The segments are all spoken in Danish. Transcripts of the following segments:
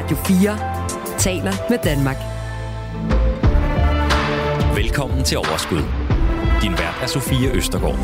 Radio 4 taler med Danmark. Velkommen til Overskud. Din vært er Sofie Østergaard.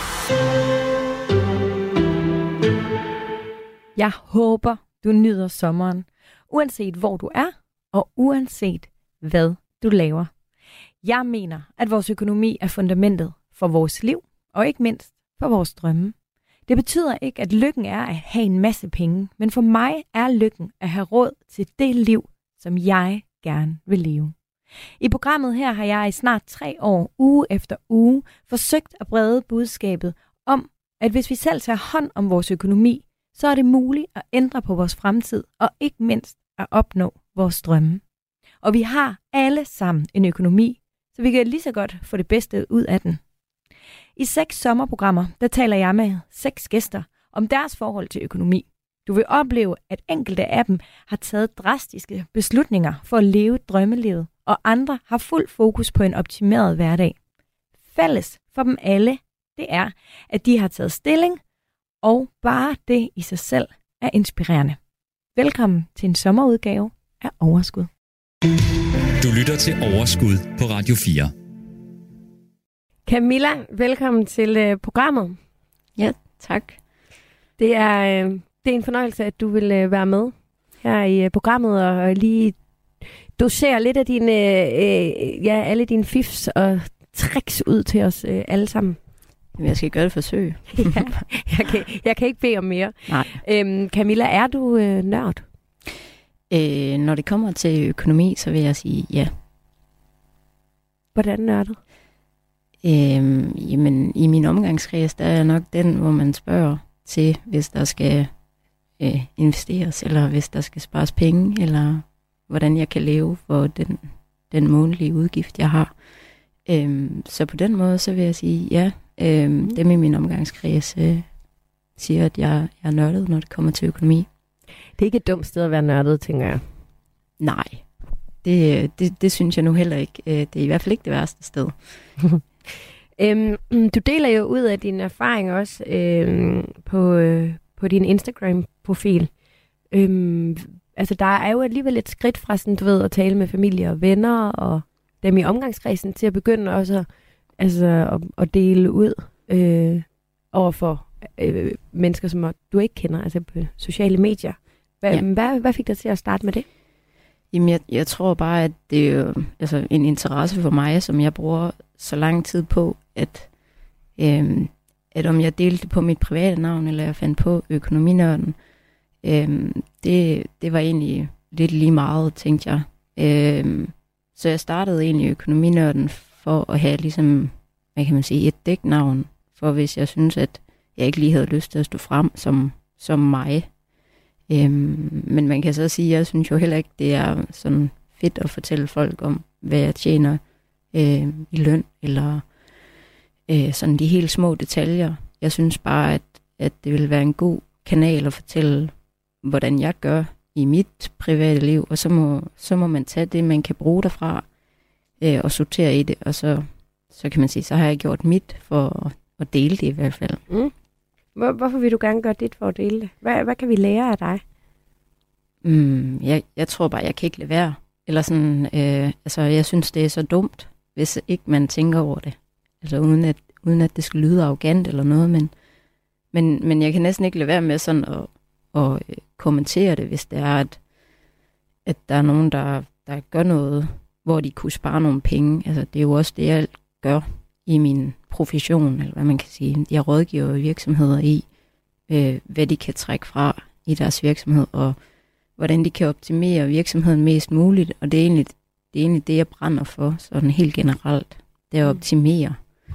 Jeg håber, du nyder sommeren, uanset hvor du er, og uanset hvad du laver. Jeg mener, at vores økonomi er fundamentet for vores liv, og ikke mindst for vores drømme. Det betyder ikke, at lykken er at have en masse penge, men for mig er lykken at have råd til det liv, som jeg gerne vil leve. I programmet her har jeg i snart 3 år, uge efter uge, forsøgt at brede budskabet om, at hvis vi selv tager hånd om vores økonomi, så er det muligt at ændre på vores fremtid, og ikke mindst at opnå vores drømme. Og vi har alle sammen en økonomi, så vi kan lige så godt få det bedste ud af den. I 6 sommerprogrammer, der taler jeg med 6 gæster om deres forhold til økonomi. Du vil opleve, at enkelte af dem har taget drastiske beslutninger for at leve drømmelivet, og andre har fuld fokus på en optimeret hverdag. Fælles for dem alle, det er, at de har taget stilling, og bare det i sig selv er inspirerende. Velkommen til en sommerudgave af Overskud. Du lytter til Overskud på Radio 4. Camilla, velkommen til programmet. Ja, tak. Det er en fornøjelse, at du vil være med her i programmet og lige dosere lidt af dine, alle dine fifs og tricks ud til os alle sammen. Jeg skal gøre et forsøg. Ja, jeg kan ikke bede om mere. Nej. Camilla, er du nørd? Når det kommer til økonomi, så vil jeg sige ja. Hvordan nørdet? Jamen, i min omgangskreds, der er jeg nok den, hvor man spørger til, hvis der skal investeres, eller hvis der skal spares penge, eller hvordan jeg kan leve for den månedlige udgift, jeg har. Så på den måde, så vil jeg sige ja. Dem i min omgangskreds siger, at jeg er nørdet, når det kommer til økonomi. Det er ikke et dumt sted at være nørdet, tænker jeg. Nej, det synes jeg nu heller ikke. Det er i hvert fald ikke det værste sted. Du deler jo ud af din erfaring også på din Instagram-profil. Altså, der er jo alligevel et skridt fra sådan, du ved, at tale med familie og venner og dem i omgangskredsen til at begynde også at dele ud over for mennesker, som du ikke kender, altså på sociale medier. Hvad fik dig til at starte med det? Jamen, jeg tror bare, at det er jo altså en interesse for mig, som jeg bruger så lang tid på, at om jeg delte på mit private navn, eller jeg fandt på økonominørden, det var egentlig lidt lige meget, tænkte jeg. Så jeg startede egentlig økonominørden for at have ligesom, hvad kan man sige, et dæknavn, for hvis jeg synes, at jeg ikke lige havde lyst til at stå frem som mig. Men man kan så sige, at jeg synes jo heller ikke, det er sådan fedt at fortælle folk om, hvad jeg tjener i løn, eller sådan de helt små detaljer. Jeg synes bare, at det vil være en god kanal at fortælle, hvordan jeg gør i mit private liv, og så må man tage det, man kan bruge derfra, og sortere i det, og så kan man sige, så har jeg gjort mit for at dele det i hvert fald. Mm. Hvorfor vil du gerne gøre dit for at dele det? Hvad kan vi lære af dig? Jeg tror bare, jeg kan ikke lade være. Eller sådan, jeg synes, det er så dumt, hvis ikke man tænker over det. Altså uden at det skal lyde arrogant eller noget, men jeg kan næsten ikke lade være med sådan at kommentere det, hvis det er, at der er nogen, der gør noget, hvor de kunne spare nogle penge. Altså det er jo også det, jeg gør i min profession, eller hvad man kan sige. Jeg rådgiver virksomheder i, hvad de kan trække fra i deres virksomhed, og hvordan de kan optimere virksomheden mest muligt, og det er egentlig det, jeg brænder for, sådan helt generelt. Det er at optimere.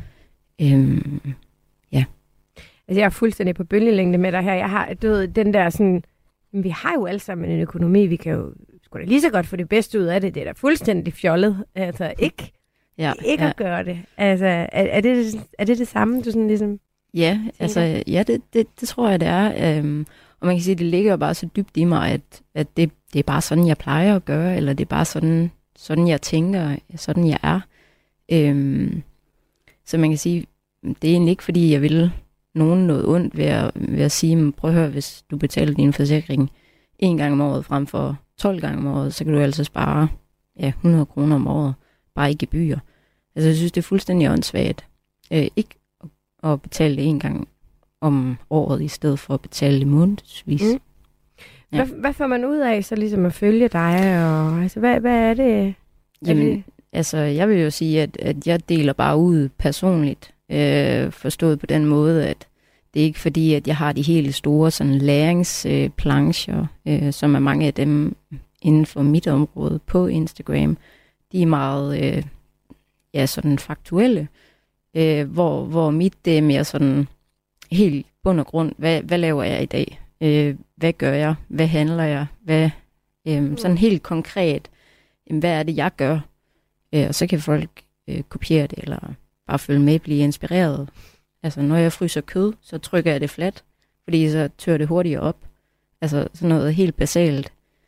Ja. Altså, jeg er fuldstændig på bølgelængde med dig her. Jeg har, du ved, den der sådan, vi har jo alle sammen en økonomi, vi kan jo sgu da lige så godt få det bedste ud af det. Det er da fuldstændig fjollet. Altså, ikke at gøre det. Altså, er det samme, du sådan ligesom... Ja, altså, ja, det tror jeg, det er. Og man kan sige, at det ligger jo bare så dybt i mig, at det er bare sådan, jeg plejer at gøre, eller det er bare sådan jeg tænker, sådan jeg er. Så man kan sige, det er egentlig ikke, fordi jeg vil nogen noget ondt ved at sige, prøv at høre, hvis du betaler din forsikring 1 gang om året frem for 12 gange om året, så kan du altså spare 100 kroner om året, bare i gebyrer. Altså jeg synes, det er fuldstændig åndssvagt. Ikke at betale det en gang om året, i stedet for at betale det månedsvis. Mm. Ja. Hvad får man ud af så ligesom at følge dig? Og, altså, hvad er det? Jamen, altså jeg vil jo sige, at jeg deler bare ud personligt, forstået på den måde, at det er ikke fordi, at jeg har de helt store sådan, læringsplancher, som er mange af dem inden for mit område på Instagram. De er meget sådan faktuelle, hvor mit det er mere sådan helt bund og grund. Hvad laver jeg i dag? Hvad gør jeg? Hvad handler jeg? Sådan helt konkret, hvad er det, jeg gør? Og så kan folk kopiere det, eller bare følge med, blive inspireret. Altså, når jeg fryser kød, så trykker jeg det fladt, fordi så tør det hurtigere op. Altså, sådan noget helt basalt.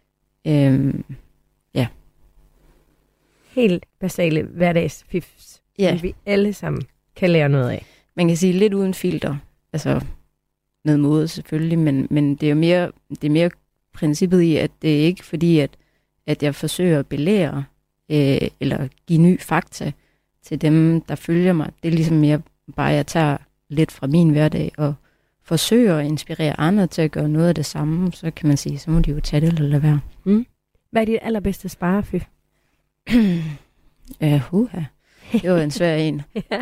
Ja. Helt basale hverdagsfifs, som vi alle sammen kan lære noget af. Man kan sige lidt uden filter. Altså, med måde selvfølgelig, men det er jo mere princippet i, at det er ikke fordi, at jeg forsøger at belære, eller give ny fakta til dem, der følger mig. Det er ligesom mere bare, at jeg tager lidt fra min hverdag og forsøger at inspirere andre til at gøre noget af det samme, så kan man sige, så må de jo tage det eller lade være. Mm. Hvad er dit allerbedste sparefif? Det var en svær en.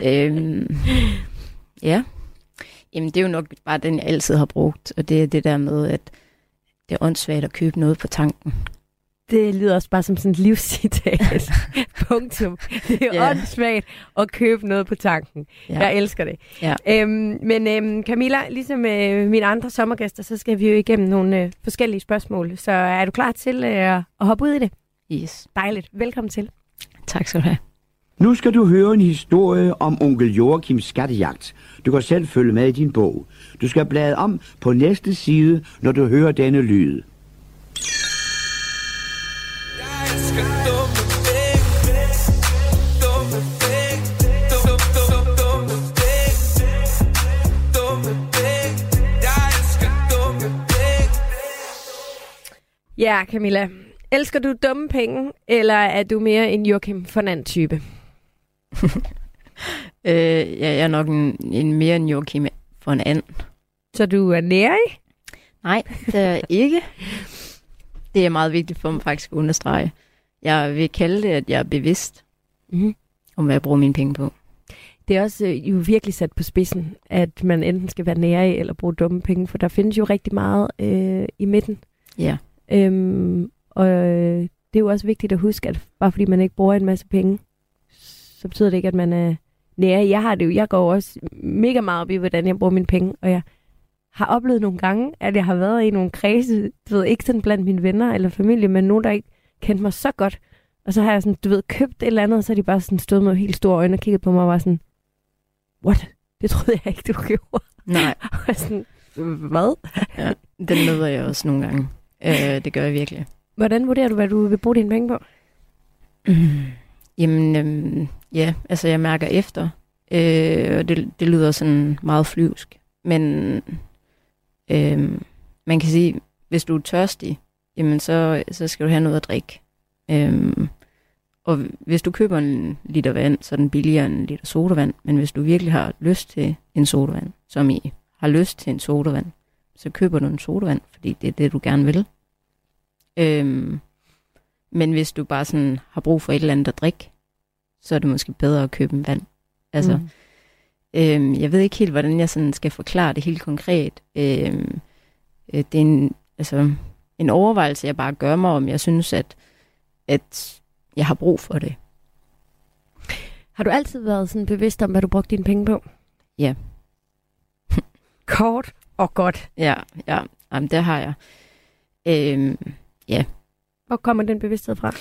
Ja. Jamen, det er jo nok bare den, jeg altid har brugt, og det er det der med, at det er åndssvagt at købe noget på tanken. Det lyder også bare som sådan et livscitat. Punktum. Det er åndssvagt at købe noget på tanken. Ja. Jeg elsker det. Ja. Men Camilla, ligesom mine andre sommergæster, så skal vi jo igennem nogle forskellige spørgsmål. Så er du klar til at hoppe ud i det? Yes. Dejligt. Velkommen til. Tak skal du have. Nu skal du høre en historie om onkel Joachims skattejagt. Du kan selv følge med i din bog. Du skal blade om på næste side, når du hører denne lyd. Ja, Camilla. Elsker du dumme penge, eller er du mere en Joachim von And-type? Jeg er nok mere en Joachim von And. Så du er nærig? Nej, det er ikke. Det er meget vigtigt for mig faktisk at understrege. Jeg vil kalde det, at jeg er bevidst om, hvad jeg bruger mine penge på. Det er også jo virkelig sat på spidsen, at man enten skal være nærig eller bruge dumme penge, for der findes jo rigtig meget i midten. Ja. Og det er jo også vigtigt at huske, at bare fordi man ikke bruger en masse penge, så betyder det ikke, at man er nærig. Jeg går også mega meget op i, hvordan jeg bruger mine penge, og jeg har oplevet nogle gange, at jeg har været i nogle kredse, ikke sådan blandt mine venner eller familie, men nogen, der ikke kendte mig så godt. Og så har jeg sådan, købt et eller andet, og så har de bare sådan stået med helt store øjne og kigget på mig og var sådan, what? Det troede jeg ikke, du gjorde. Nej. Og sådan, hvad? Ja, den møder jeg også nogle gange. Det gør jeg virkelig. Hvordan vurderer du, hvad du vil bruge dine penge på? Jamen, altså jeg mærker efter. Og det lyder sådan meget flyvsk. Men man kan sige, hvis du er tørstig, jamen så skal du have noget at drikke. Og hvis du køber en liter vand, så er den billigere end en liter sodavand. Men hvis du virkelig har lyst til en sodavand, som I har lyst til en sodavand, så køber du en sodavand, fordi det er det, du gerne vil. Men hvis du bare sådan har brug for et eller andet at drikke, så er det måske bedre at købe en vand. Altså, jeg ved ikke helt, hvordan jeg sådan skal forklare det helt konkret. Det er en overvejelse, jeg bare gør mig om. Jeg synes, at jeg har brug for det. Har du altid været sådan bevidst om, hvad du brugte dine penge på? Ja. Kort og godt. Ja. Jamen, det har jeg. Ja. Hvor kommer den bevidsthed fra?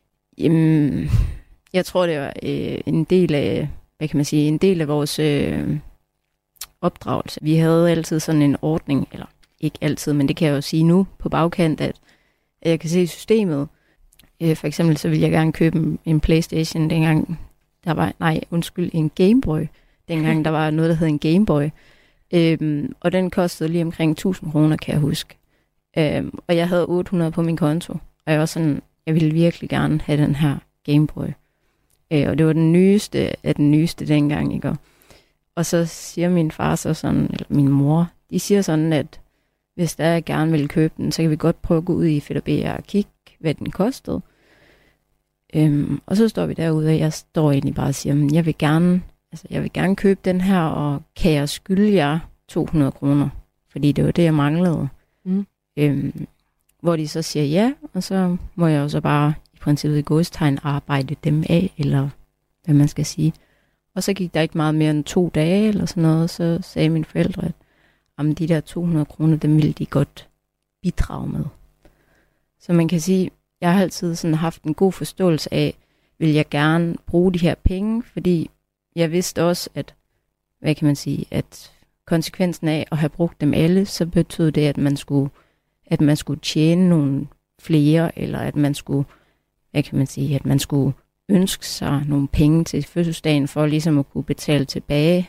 Jeg tror, det var en del af, en del af vores opdragelse. Vi havde altid sådan en ordning, eller ikke altid, men det kan jeg jo sige nu på bagkant, at jeg kan se systemet. For eksempel så ville jeg gerne købe en PlayStation dengang, en Game Boy. Dengang der var noget, der hed en Game Boy. Og den kostede lige omkring 1000 kroner, kan jeg huske. Og jeg havde 800 på min konto, og Og jeg var sådan, jeg ville virkelig gerne have den her Game Boy. Og det var den nyeste af den nyeste dengang, ikke? Og så siger min far så sådan, eller min mor, de siger sådan, at hvis der jeg gerne vil købe den, så kan vi godt prøve at gå ud i Fedt & BR og kigge, hvad den kostede. Og så står vi derude, og jeg står egentlig bare og siger, jeg vil gerne købe den her, og kan jeg skylde jer 200 kroner? Fordi det var det, jeg manglede. Hvor de så siger ja, og så må jeg jo så bare i princippet i gåstegn arbejde dem af, eller hvad man skal sige. Og så gik der ikke meget mere end 2 dage, eller sådan noget, så sagde mine forældre, at de der 200 kroner, dem ville de godt bidrage med. Så man kan sige, jeg har altid sådan haft en god forståelse af, vil jeg gerne bruge de her penge, fordi jeg vidste også, at, hvad kan man sige, at konsekvensen af at have brugt dem alle, så betød det, at man skulle tjene nogle flere, eller at man skulle, hvad kan man sige, at man skulle ønske sig nogle penge til fødselsdagen, for ligesom at kunne betale tilbage.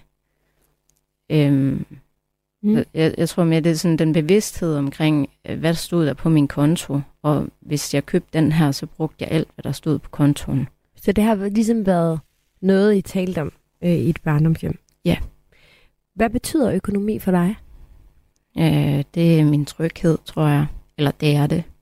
Jeg tror mere, det er sådan den bevidsthed omkring, hvad der stod der på min konto, og hvis jeg købte den her, så brugte jeg alt, hvad der stod på kontoen. Så det har ligesom været noget, I talte om i et barndomshjem? Ja. Hvad betyder økonomi for dig? Det er min tryghed, tror jeg. Eller det er det.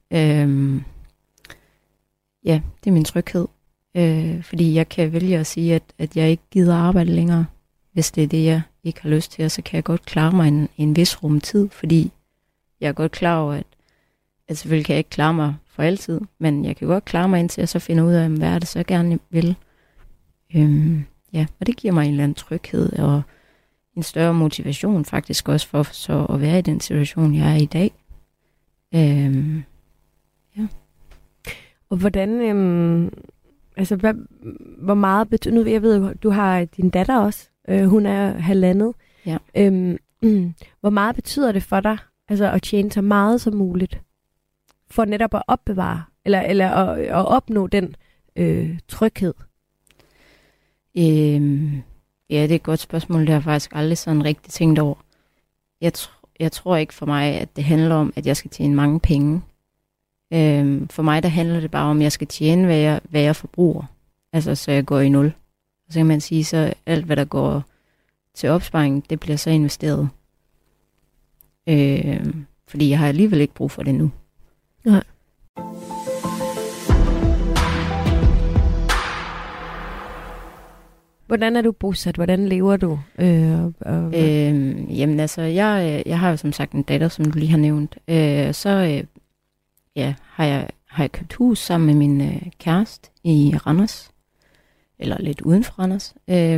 Ja, det er min tryghed. Fordi jeg kan vælge at sige, at jeg ikke gider arbejde længere. Hvis det er det, jeg ikke har lyst til, så kan jeg godt klare mig en vis rumtid. Fordi jeg er godt klar over, at selvfølgelig kan jeg ikke klare mig for altid. Men jeg kan godt klare mig indtil jeg så finder ud af, hvad er det så gerne vil. Ja, og det giver mig en eller anden tryghed og en større motivation faktisk også for så at være i den situation, jeg er i dag. Ja. Og hvordan, hvor meget betyder, nu jeg ved, du har din datter også, hun er 1,5. Ja. Hvor meget betyder det for dig, altså at tjene så meget som muligt, for netop at opbevare, eller at opnå den tryghed? Ja, det er et godt spørgsmål. Det har jeg faktisk aldrig sådan rigtig tænkt over. Jeg tror ikke for mig, at det handler om, at jeg skal tjene mange penge. For mig, der handler det bare om, at jeg skal tjene, hvad jeg forbruger. Altså, så jeg går i nul. Og så kan man sige, så alt, hvad der går til opsparing, det bliver så investeret. Fordi jeg har alligevel ikke brug for det nu. Nej. Hvordan er du bosat? Hvordan lever du? Jamen altså, jeg har jo som sagt en datter, som du lige har nævnt. Har jeg købt hus sammen med min kæreste i Randers. Eller lidt uden for Randers.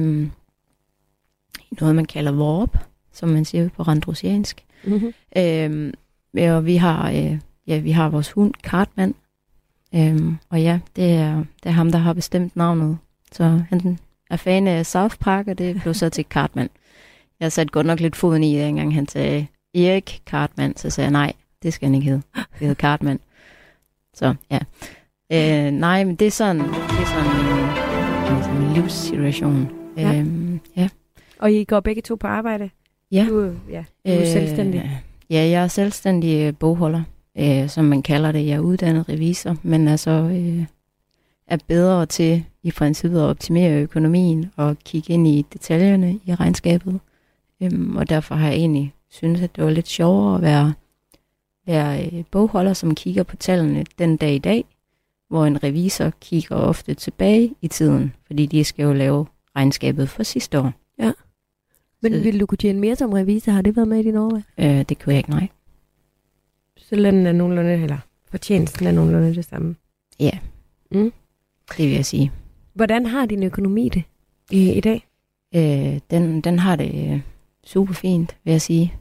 Noget, man kalder Vorp, som man siger på randrusiansk. Mm-hmm. Og vi har vores hund, Cartman. Og ja, det er ham, der har bestemt navnet. Så han er fan af South Park, og det blev så til Cartman. Jeg satte godt nok lidt foden i, dengang han sagde Erik Cartman, så sagde jeg, nej, det skal han ikke hedde. Det hedder Cartman. Så ja. Nej, men det er sådan en livssituation. Ja. Ja. Og I går begge to på arbejde? Ja. Du er selvstændig? Ja, jeg er selvstændig bogholder, som man kalder det. Jeg er uddannet revisor, men altså er bedre til i princippet at optimere økonomien og kigge ind i detaljerne i regnskabet. Og derfor har jeg egentlig syntes, at det var lidt sjovere at være bogholder, som kigger på tallene den dag i dag, hvor en revisor kigger ofte tilbage i tiden, fordi de skal jo lave regnskabet for sidste år. Ja. Men ville du kunne tjene mere som revisor? Har det været med i din overvej? Det kunne jeg ikke, nej. Så lønnen er nogenlunde, eller fortjenesten er nogenlunde det samme? Ja, det vil jeg sige. Hvordan har din økonomi det i dag? Den har det super fint, vil jeg sige.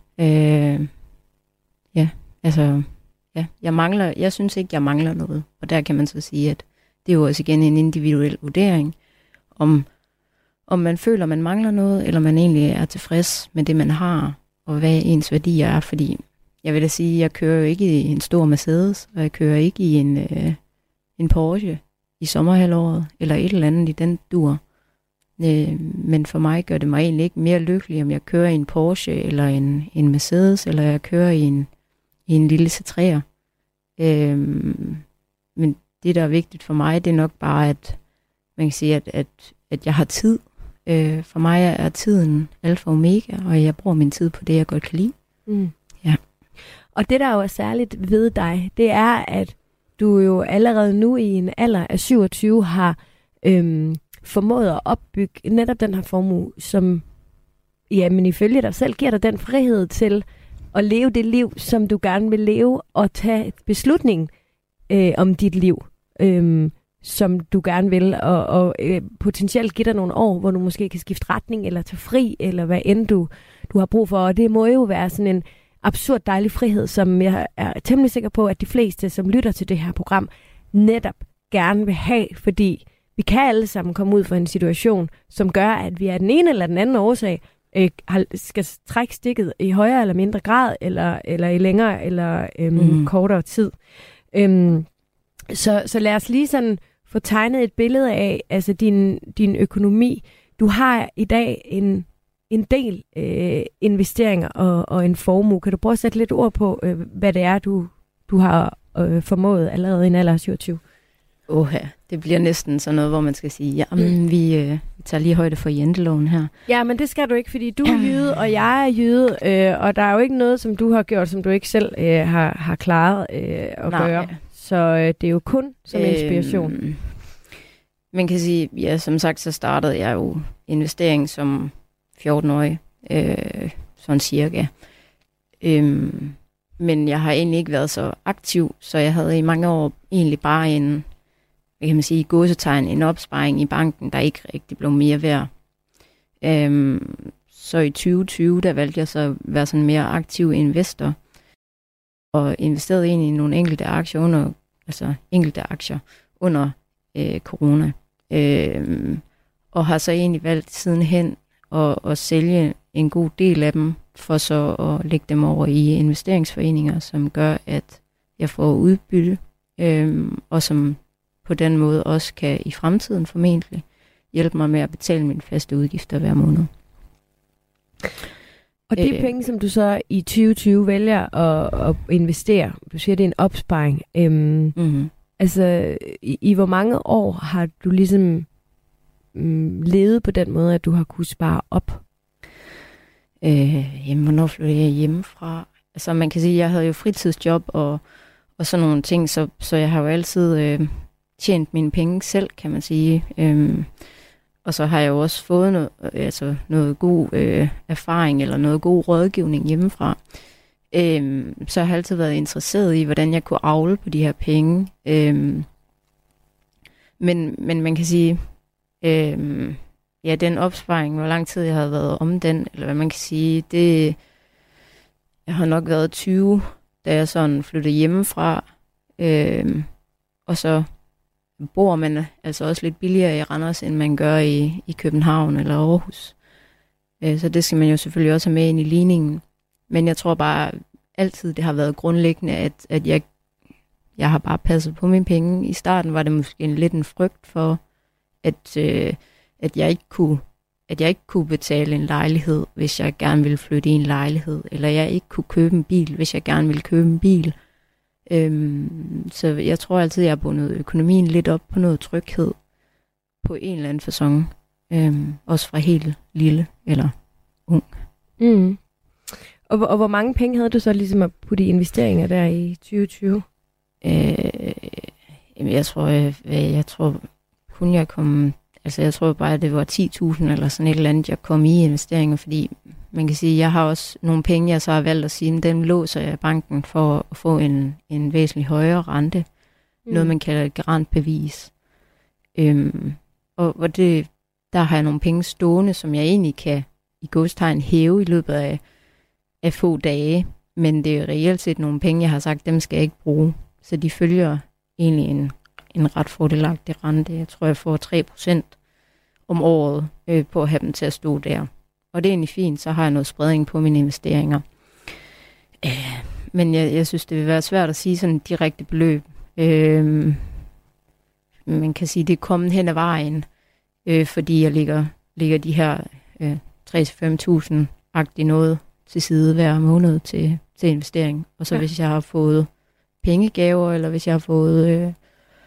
Jeg synes ikke, jeg mangler noget. Og der kan man så sige, at det er jo også igen en individuel vurdering, om man føler, man mangler noget, eller man egentlig er tilfreds med det, man har, og hvad ens værdier er. Fordi jeg vil da sige, jeg kører jo ikke i en stor Mercedes, og jeg kører ikke i en Porsche i sommerhalvåret, eller et eller andet i den dur. Men for mig gør det mig egentlig ikke mere lykkelig, om jeg kører i en Porsche, eller en Mercedes, eller jeg kører i en lille C3'er. men det, der er vigtigt for mig, det er nok bare, at man kan sige, at jeg har tid. For mig er tiden alfa og omega, og jeg bruger min tid på det, jeg godt kan lide. Ja. Og det, der jo er særligt ved dig, det er, at du jo allerede nu i en alder af 27 har formået at opbygge netop den her formue, som men ifølge dig selv giver dig den frihed til at leve det liv, som du gerne vil leve, og tage beslutning om dit liv, som du gerne vil, og potentielt give dig nogle år, hvor du måske kan skifte retning, eller tage fri, eller hvad end du har brug for. Og det må jo være sådan en absurd dejlig frihed, som jeg er temmelig sikker på, at de fleste, som lytter til det her program, netop gerne vil have, fordi vi kan alle sammen komme ud for en situation, som gør, at vi af den ene eller den anden årsag skal trække stikket i højere eller mindre grad, eller i længere eller kortere tid. Så lad os lige sådan få tegnet et billede af altså din økonomi. Du har i dag en del investeringer og en formue. Kan du prøve at sætte lidt ord på, hvad det er, du har formået allerede i en alder af 27? Det bliver næsten sådan noget, hvor man skal sige, vi tager lige højde for janteloven her. Ja, men det skal du ikke, fordi du er jyde, og jeg er jyde, og der er jo ikke noget, som du har gjort, som du ikke selv har klaret at gøre. Så det er jo kun som inspiration. Man kan sige, ja, som sagt, så startede jeg jo investering som 14-årig, sådan cirka. Men jeg har egentlig ikke været så aktiv, så jeg havde i mange år egentlig bare i gåsetegn, en opsparing i banken, der ikke rigtig blev mere værd. Så i 2020, der valgte jeg så at være sådan mere aktiv investor, og investerede egentlig i nogle enkelte aktier under corona. Og har så egentlig valgt sidenhen at sælge en god del af dem, for så at lægge dem over i investeringsforeninger, som gør, at jeg får udbytte, og som på den måde også kan i fremtiden formentlig hjælpe mig med at betale mine faste udgifter hver måned. Og de penge, som du så i 2020 vælger at investere, du siger, det er en opsparing. Altså, i hvor mange år har du ligesom levet på den måde, at du har kunne spare op? Hvornår flyttede jeg hjemmefra? Altså, man kan sige, at jeg havde jo fritidsjob og sådan nogle ting, så jeg har jo altid tjent mine penge selv, kan man sige. Og så har jeg jo også fået noget god erfaring eller noget god rådgivning hjemmefra. Så jeg har altid været interesseret i, hvordan jeg kunne avle på de her penge. Men man kan sige, den opsparing, hvor lang tid jeg havde været om den, eller hvad man kan sige, jeg har nok været 20, da jeg sådan flyttede hjemmefra. Og så bor man altså også lidt billigere i Randers, end man gør i København eller Aarhus. Så det skal man jo selvfølgelig også have med ind i ligningen. Men jeg tror bare altid, det har været grundlæggende, at jeg har bare passet på mine penge. I starten var det måske lidt en frygt for, at jeg ikke kunne betale en lejlighed, hvis jeg gerne ville flytte i en lejlighed, eller jeg ikke kunne købe en bil, hvis jeg gerne ville købe en bil. Så jeg tror altid, jeg har bundet økonomien lidt op på noget tryghed på en eller anden facon. Også fra helt lille eller ung. Og hvor mange penge havde du så ligesom at putte i investeringer der i 2020? Jeg tror kun jeg kom... Altså jeg tror bare, at det var 10.000 eller sådan et eller andet, jeg kom i investeringer, fordi man kan sige, at jeg har også nogle penge, jeg så har valgt at sige, at dem låser jeg i banken for at få en væsentlig højere rente. Noget, man kalder et garantbevis. Og der har jeg nogle penge stående, som jeg egentlig kan i godstegn hæve i løbet af få dage. Men det er reelt set nogle penge, jeg har sagt, dem skal jeg ikke bruge. Så de følger egentlig en ret fordelagtig rente. Jeg tror, jeg får 3% om året på at have dem til at stå der. Og det er egentlig fint, så har jeg noget spredning på mine investeringer. Men jeg synes, det vil være svært at sige sådan et direkte beløb. Man kan sige, det er kommet hen ad vejen, fordi jeg lægger de her 3-5.000-agtigt noget til side hver måned til investering. Og så hvis jeg har fået pengegaver, eller hvis jeg har fået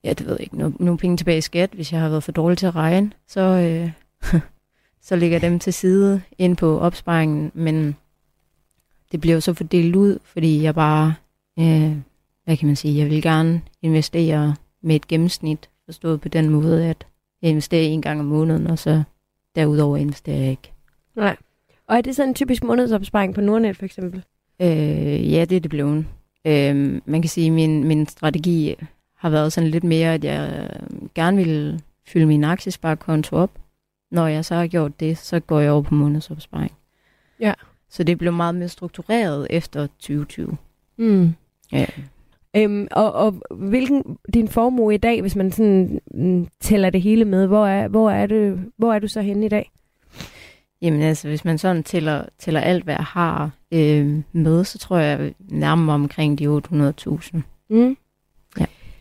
ja, det ved jeg ikke, nogle penge tilbage i skat. Hvis jeg har været for dårlig til at regne, så, så lægger dem til side ind på opsparingen. Men det bliver jo så fordelt ud, fordi jeg bare, hvad kan man sige, jeg vil gerne investere med et gennemsnit, forstået på den måde, at jeg investerer 1 gang om måneden, og så derudover investerer jeg ikke. Nej. Og er det sådan en typisk månedsopsparing på Nordnet for eksempel? Ja, det er det blevet. Man kan sige, at min strategi har været sådan lidt mere, at jeg gerne vil fylde min aktiesparekonto op. Når jeg så har gjort det, så går jeg over på månedsopsparing. Ja. Så det blev meget mere struktureret efter 2020. Mm. Ja. Og hvilken din formue i dag, hvis man sådan tæller det hele med, hvor er du så henne i dag? Jamen altså, hvis man sådan tæller alt, hvad jeg har med, så tror jeg nærmere omkring de 800.000. Mm. Ja.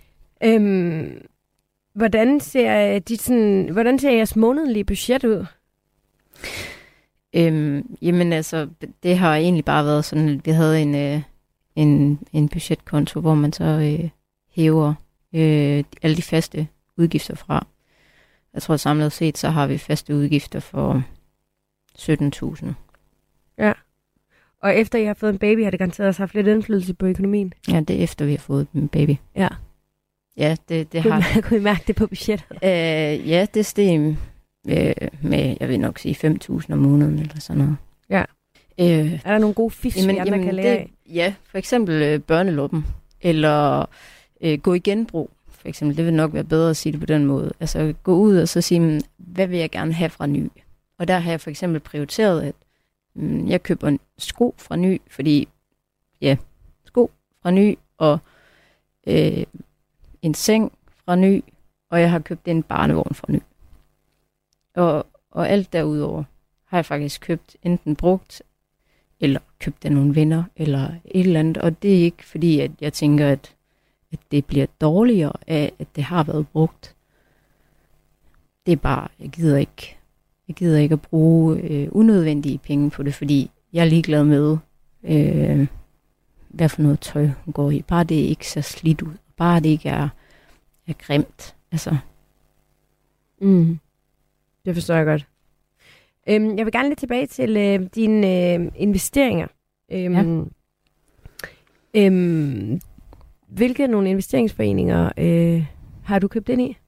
Hvordan ser jeres månedlige budget ud? Jamen altså, det har egentlig bare været sådan, at vi havde en budgetkonto, hvor man så hæver alle de faste udgifter fra. Jeg tror samlet set, så har vi faste udgifter for 17.000. Ja. Og efter I har fået en baby, har det garanteret også haft lidt indflydelse på økonomien? Ja, det er efter vi har fået en baby. Ja. Ja, det har... Kunne I mærke det på budgettet? Ja, det steg med, jeg vil nok sige 5.000 om måneden eller sådan noget. Ja. Er der nogle gode fifs, vi andre kan lære af? Ja, for eksempel børneloppen, eller gå i genbrug, for eksempel. Det vil nok være bedre at sige det på den måde. Altså gå ud og så sige, hvad vil jeg gerne have fra ny? Og der har jeg for eksempel prioriteret, at jeg køber en sko fra ny, fordi sko fra ny, og en seng fra ny, og jeg har købt en barnevogn fra ny. Og alt derudover har jeg faktisk købt enten brugt, eller købt af nogle venner, eller et eller andet. Og det er ikke fordi, at jeg tænker, at det bliver dårligere af, at det har været brugt. Det er bare, jeg gider ikke at bruge unødvendige penge på det, fordi jeg er ligeglad med, hvad for noget tøj hun går i. Bare det ikke ser slidt ud. Bare det ikke er grimt. Altså. Mm. Det forstår jeg godt. Jeg vil gerne lidt tilbage til dine investeringer. Hvilke nogle investeringsforeninger har du købt ind i?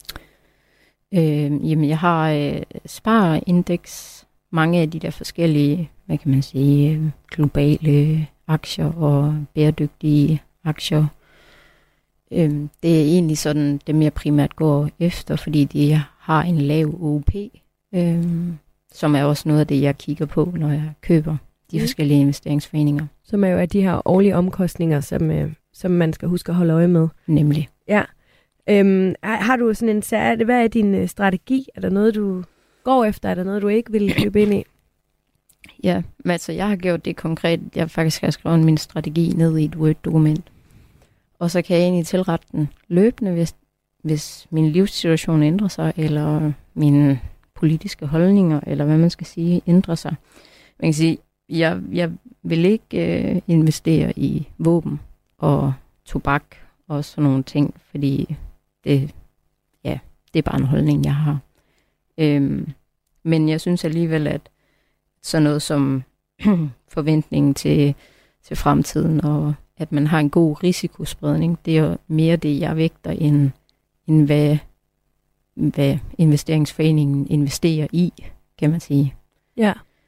Jamen, jeg har Spareindex, mange af de der forskellige, hvad kan man sige, globale aktier og bæredygtige aktier. Det er egentlig sådan, det mere primært går efter, fordi de har en lav OP, som er også noget af det, jeg kigger på, når jeg køber de forskellige investeringsforeninger. Som er jo af de her årlige omkostninger, som man skal huske at holde øje med. Nemlig. Ja. Har du sådan en særlig, hvad er din strategi? Er der noget, du går efter? Er der noget, du ikke vil købe ind i? Ja, men altså jeg har gjort det konkret. Jeg faktisk har skrevet min strategi ned i et Word-dokument. Og så kan jeg egentlig tilrette den løbende, hvis min livssituation ændrer sig, eller mine politiske holdninger, eller hvad man skal sige, ændrer sig. Man kan sige, jeg vil ikke investere i våben og tobak og sådan nogle ting, fordi det er bare en holdning, jeg har. Men jeg synes alligevel, at sådan noget som forventningen til fremtiden, og at man har en god risikospredning, det er mere det, jeg vægter, end hvad investeringsforeningen investerer i, kan man sige. Ja.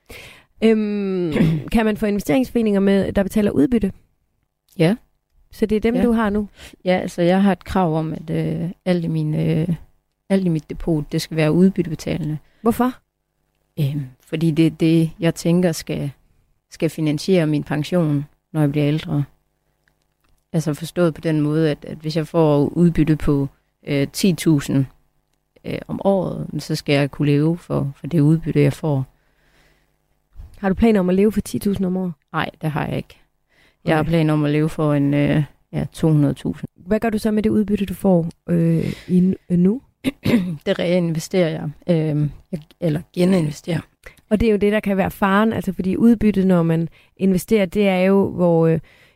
Kan man få investeringsforeninger med, der betaler udbytte? Ja. Så det er dem, du har nu? Ja, altså jeg har et krav om, at alt i mit depot, det skal være udbyttebetalende. Hvorfor? Fordi det er det, jeg tænker skal finansiere min pension, når jeg bliver ældre. Altså forstået på den måde, at hvis jeg får udbytte på 10.000 om året, så skal jeg kunne leve for det udbytte, jeg får. Har du planer om at leve for 10.000 om året? Nej, det har jeg ikke. Jeg har planer om at leve for en 200.000. Hvad gør du så med det udbytte, du får nu? Det reinvesterer jeg, eller geninvesterer. Og det er jo det, der kan være faren, altså fordi udbytte, når man investerer, det er jo, hvor det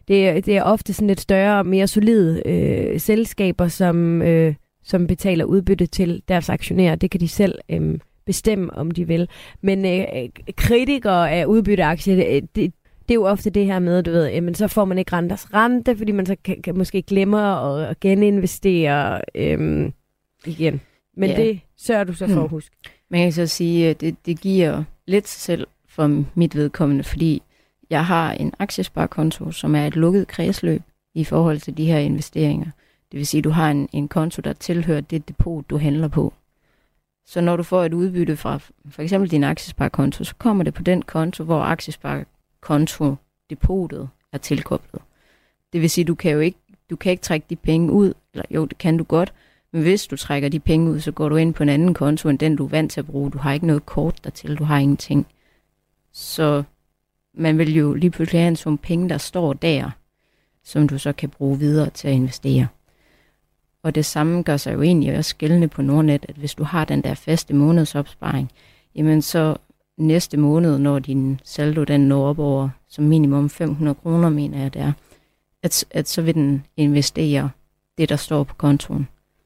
det er ofte sådan lidt større, mere solide selskaber, som betaler udbytte til deres aktionærer. Det kan de selv bestemme, om de vil. Men kritikere af udbytteaktier, det er jo ofte det her med, du ved, jamen, så får man ikke renters rente, fordi man så kan måske glemmer at geninvestere igen. Men det sørger du så for at huske. Man kan så sige, at det giver lidt sig selv for mit vedkommende, fordi jeg har en aktiesparekonto, som er et lukket kredsløb i forhold til de her investeringer. Det vil sige, at du har en konto, der tilhører det depot, du handler på. Så når du får et udbytte fra for eksempel din aktiesparekonto, så kommer det på den konto, hvor aktiesparekonto-depotet er tilkoblet. Det vil sige, du kan ikke trække de penge ud, eller jo, det kan du godt, men hvis du trækker de penge ud, så går du ind på en anden konto, end den du er vant til at bruge. Du har ikke noget kort dertil, du har ingenting. Så man vil jo lige pludselig have en sum penge, der står der, som du så kan bruge videre til at investere. Og det samme gør sig jo egentlig også gældende på Nordnet, at hvis du har den der faste månedsopsparing, jamen så næste måned, når din saldo den når op over som minimum 500 kroner, mener jeg det er, at så vil den investere det, der står på kontoen.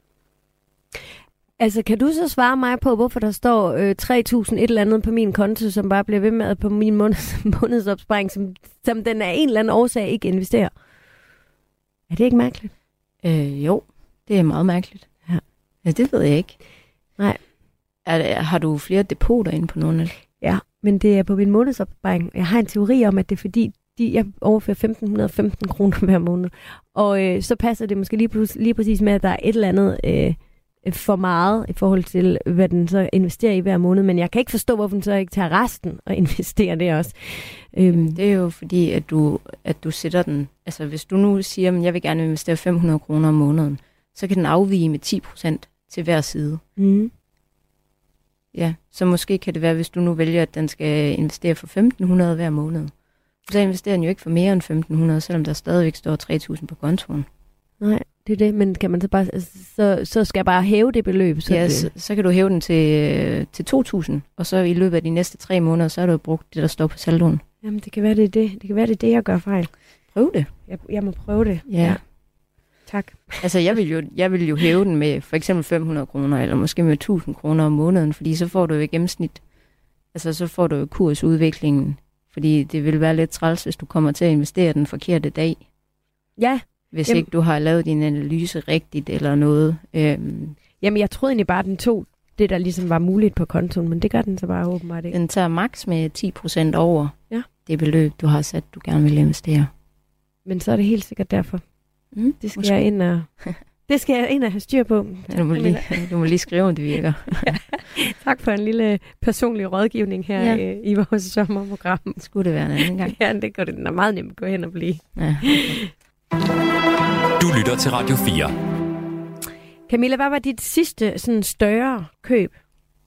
Altså, kan du så svare mig på, hvorfor der står 3.000 et eller andet på min konto, som bare bliver ved med på min månedsopsparing, som den af en eller anden årsag ikke investerer? Er det ikke mærkeligt? Jo, det er meget mærkeligt. Ja, det ved jeg ikke. Nej. Har du flere depoter inde på Nordnet? Ja, men det er på min månedsopsparing. Jeg har en teori om, at det er fordi, jeg overfører 1.515 kroner hver måned. Og så passer det måske lige præcis med, at der er et eller andet for meget i forhold til, hvad den så investerer i hver måned. Men jeg kan ikke forstå, hvorfor den så ikke tager resten og investerer det også. Det er jo fordi, at du sætter den... Altså, hvis du nu siger, at jeg vil gerne investere 500 kroner om måneden, så kan den afvige med 10% til hver side. Mm. Ja, så måske kan det være, hvis du nu vælger, at den skal investere for 1.500 hver måned. Så investerer den jo ikke for mere end 1.500, selvom der stadigvæk står 3.000 på kontoen. Nej, det er det, men kan man så bare... Så skal jeg bare hæve det beløb? Så kan du hæve den til 2.000, og så i løbet af de næste 3 måneder, så har du brugt det, der står på saldoen. Jamen, det kan være, det er det. Det kan være, det er det, jeg gør fejl. Prøv det. Jeg må prøve det. Ja. Tak. Altså, jeg vil jo hæve den med for eksempel 500 kroner, eller måske med 1.000 kroner om måneden, fordi så får du jo i gennemsnit, altså så får du jo kursudviklingen, fordi det vil være lidt træls, hvis du kommer til at investere den forkerte dag. Ja. Hvis ikke du har lavet din analyse rigtigt eller noget. Jamen, jeg troede egentlig bare, at den tog det, der ligesom var muligt på kontoen, men det gør den så bare åbenbart ikke. Den tager maks med 10% over det beløb, du har sat, du gerne vil investere. Men så er det helt sikkert derfor. Det skal jeg ind og... Det skal jeg ind og have styr på. Ja, du må lige skrive, om det virker. Ja. Tak for en lille personlig rådgivning her i vores sommerprogram. Skulle det være en anden gang? Ja, det går det meget nemt at gå hen og blive. Ja, okay. Du lytter til Radio 4. Camilla, hvad var dit sidste sådan større køb?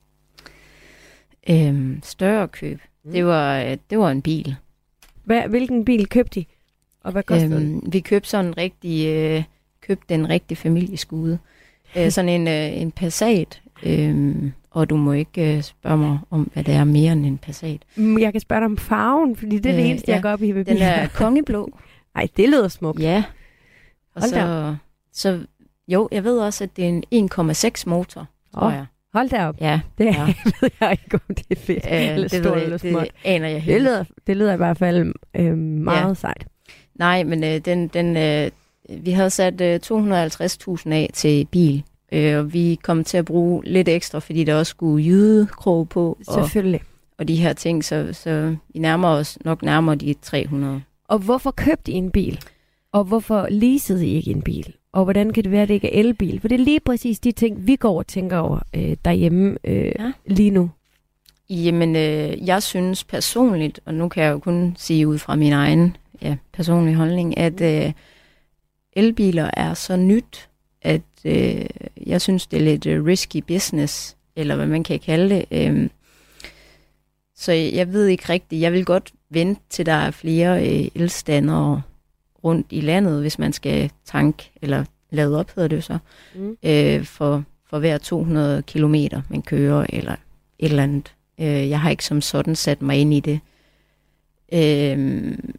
Større køb? Det var en bil. Hvilken bil købte I? Og hvad kostede den? Vi købte sådan en rigtig familieskude. Sådan en Passat. Og du må ikke spørge mig om, hvad det er mere end en Passat. Jeg kan spørge dig om farven, fordi det er det eneste, jeg går op i ved biler. Den er kongeblå. Ej, det lyder smukt. Ja. Og så jo, jeg ved også, at det er en 1,6 motor, tror jeg. Hold da op. Ja. Det ved jeg ikke, om det er fedt. Eller det stort ved eller småt. Det aner jeg helt. Det lyder i hvert fald meget sejt. Nej, men vi havde sat 250.000 af til bil. Og vi kom til at bruge lidt ekstra, fordi der også skulle jydekrog på. Selvfølgelig. Og de her ting, så vi nærmer os nok nærmere de 300. Og hvorfor købte I en bil? Og hvorfor leasede I ikke en bil? Og hvordan kan det være, at det ikke er elbil? For det er lige præcis de ting, vi går og tænker over derhjemme lige nu. Jamen, jeg synes personligt, og nu kan jeg jo kun sige ud fra min egen personlige holdning, at elbiler er så nyt, at jeg synes, det er lidt risky business, eller hvad man kan kalde det. Så jeg ved ikke rigtigt. Jeg vil godt vente til, der er flere elstandere rundt i landet, hvis man skal tanke, eller lade op, hedder det så, for hver 200 kilometer, man kører, eller et eller andet. Jeg har ikke som sådan sat mig ind i det.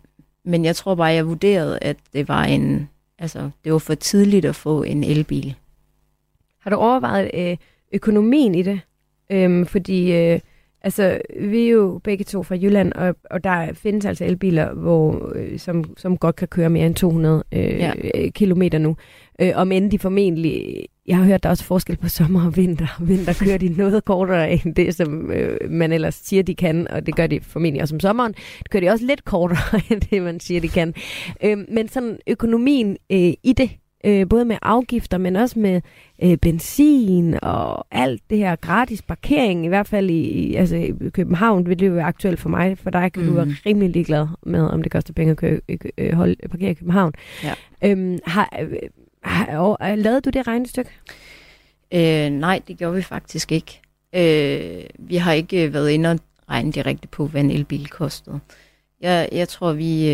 Men jeg tror bare, jeg vurderede, at det var for tidligt at få en elbil. Har du overvejet økonomien i det? Fordi vi er jo begge to fra Jylland, og der findes altså elbiler, som godt kan køre mere end 200 kilometer nu. Om end de formentlig, jeg har hørt, der er også forskel på sommer og vinter. Vinter kører de noget kortere end det, som man ellers siger, de kan, og det gør de formentlig også om sommeren. Det kører de også lidt kortere end det, man siger, de kan. Men sådan økonomien i det, både med afgifter, men også med benzin og alt det her gratis parkering, i hvert fald i København, vil det jo være aktuelt for mig, for dig kan du være rimelig ligeglad med, om det koster penge at parkere i København. Ja. Lavede du det regnestykke? Nej, det gjorde vi faktisk ikke. Vi har ikke været inde og regne direkte på, hvad en elbil kostede. Jeg tror,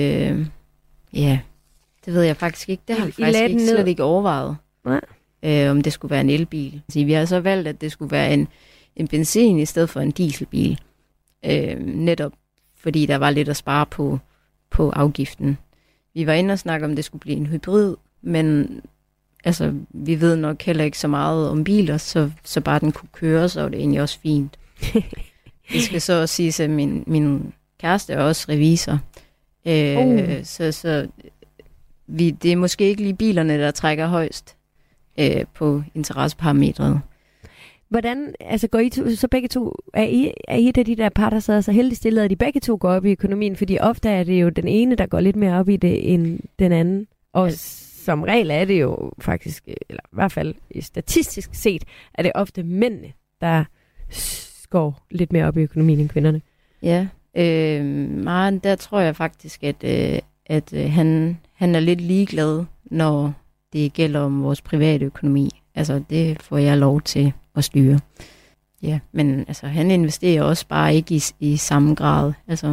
det ved jeg faktisk ikke. Det har vi faktisk slet ikke overvejet, om det skulle være en elbil. Så vi har så valgt, at det skulle være en benzin i stedet for en dieselbil. Netop fordi der var lidt at spare på afgiften. Vi var inde og snakke om, det skulle blive en hybrid, men vi ved nok heller ikke så meget om biler, så bare den kunne køre, så var det egentlig også fint. Det skal så også sige, at min kæreste er også revisor. Så det er måske ikke lige bilerne, der trækker højst på interesseparametret. Hvordan, går I så begge to, er I et af de der par, der sidder så heldigt stillet, at de begge to går op i økonomien? Fordi ofte er det jo den ene, der går lidt mere op i det, end den anden. Og som regel er det jo faktisk, eller i hvert fald statistisk set, er det ofte mændene, der går lidt mere op i økonomien end kvinderne. Ja, Maren, der tror jeg faktisk, at han er lidt ligeglad, når det gælder om vores private økonomi. Det får jeg lov til at styre. Ja, men han investerer også bare ikke i samme grad.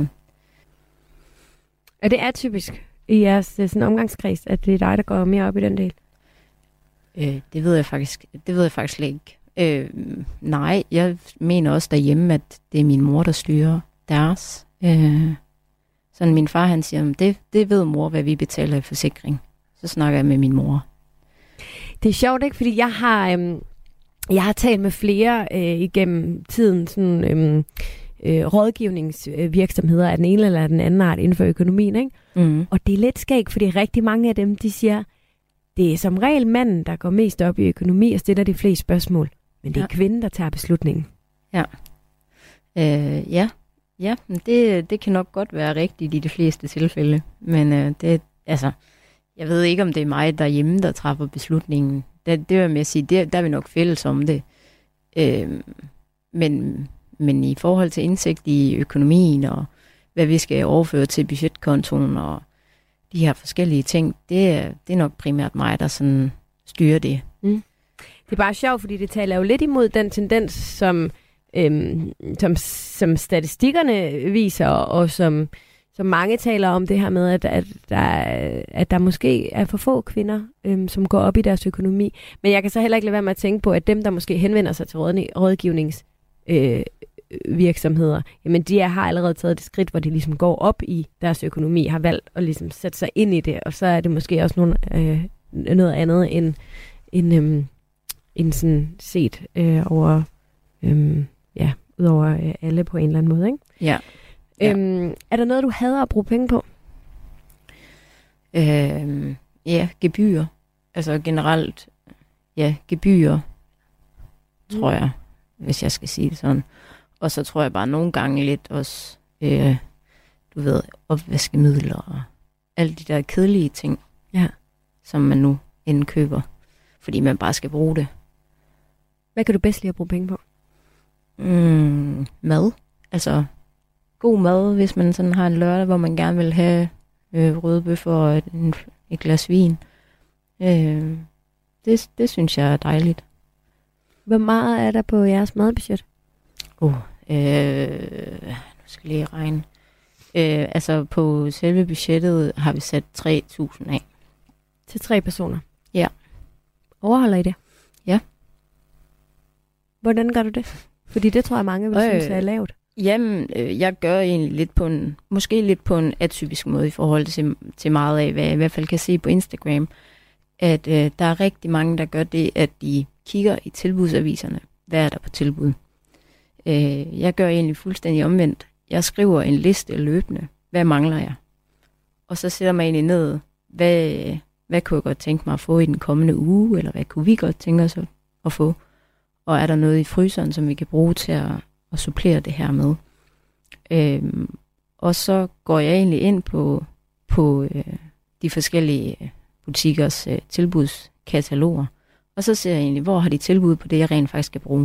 Er det atypisk i jeres sådan omgangskreds, at det er dig, der går mere op i den del? Det ved jeg faktisk slet ikke. Nej, jeg mener også derhjemme, at det er min mor, der styrer deres. Sådan min far, han siger, det ved mor, hvad vi betaler i forsikring. Så snakker jeg med min mor. Det er sjovt, ikke? Fordi jeg har talt med flere igennem tiden, sådan rådgivningsvirksomheder af den ene eller den anden art inden for økonomien, ikke? Mm. Og det er lidt skægt, fordi rigtig mange af dem, de siger, det er som regel manden, der går mest op i økonomi og stiller de fleste spørgsmål. Men det er kvinden, der tager beslutningen. Ja. Ja, det kan nok godt være rigtigt i de fleste tilfælde. Men jeg ved ikke, om det er mig derhjemme, der træffer beslutningen. Det vil jeg med at sige, der er vi nok fælles om det. Men i forhold til indsigt i økonomien og hvad vi skal overføre til budgetkontoen og de her forskellige ting, det er nok primært mig, der sådan styrer det. Mm. Det er bare sjovt, fordi det taler jo lidt imod den tendens, som statistikkerne viser, og som mange taler om det her med, at der måske er for få kvinder, som går op i deres økonomi. Men jeg kan så heller ikke lade være med at tænke på, at dem, der måske henvender sig til rådgivningsvirksomheder, jamen de har allerede taget det skridt, hvor de ligesom går op i deres økonomi, har valgt at ligesom sætte sig ind i det, og så er det måske også noget andet end sådan set over ud over alle på en eller anden måde, ikke? Ja. Er der noget, du hader at bruge penge på? Ja, gebyrer. Generelt, gebyrer, tror jeg, hvis jeg skal sige det sådan. Og så tror jeg bare nogle gange lidt også, opvaskemidler og alle de der kedelige ting, som man nu indkøber, fordi man bare skal bruge det. Hvad kan du bedst lide at bruge penge på? Mad. God mad, hvis man sådan har en lørdag, hvor man gerne vil have rødbøf og et glas vin. Det synes jeg er dejligt. Hvor meget er der på jeres madbudget? Nu skal jeg lige regne. På selve budgettet har vi sat 3.000 af. Til 3 personer? Ja. Overholder I det? Ja. Hvordan gør du det? Fordi det tror jeg mange vil synes er lavt. Jamen, jeg gør egentlig måske lidt på en atypisk måde i forhold til meget af, hvad jeg i hvert fald kan se på Instagram, at der er rigtig mange, der gør det, at de kigger i tilbudsaviserne. Hvad er der på tilbud? Jeg gør egentlig fuldstændig omvendt. Jeg skriver en liste løbende. Hvad mangler jeg? Og så sætter man egentlig ned, hvad kunne jeg godt tænke mig at få i den kommende uge, eller hvad kunne vi godt tænke os at få? Og er der noget i fryseren, som vi kan bruge til at supplere det her med? Og så går jeg egentlig ind på de forskellige butikkers tilbudskataloger, og så ser jeg egentlig, hvor har de tilbud på det, jeg rent faktisk skal bruge.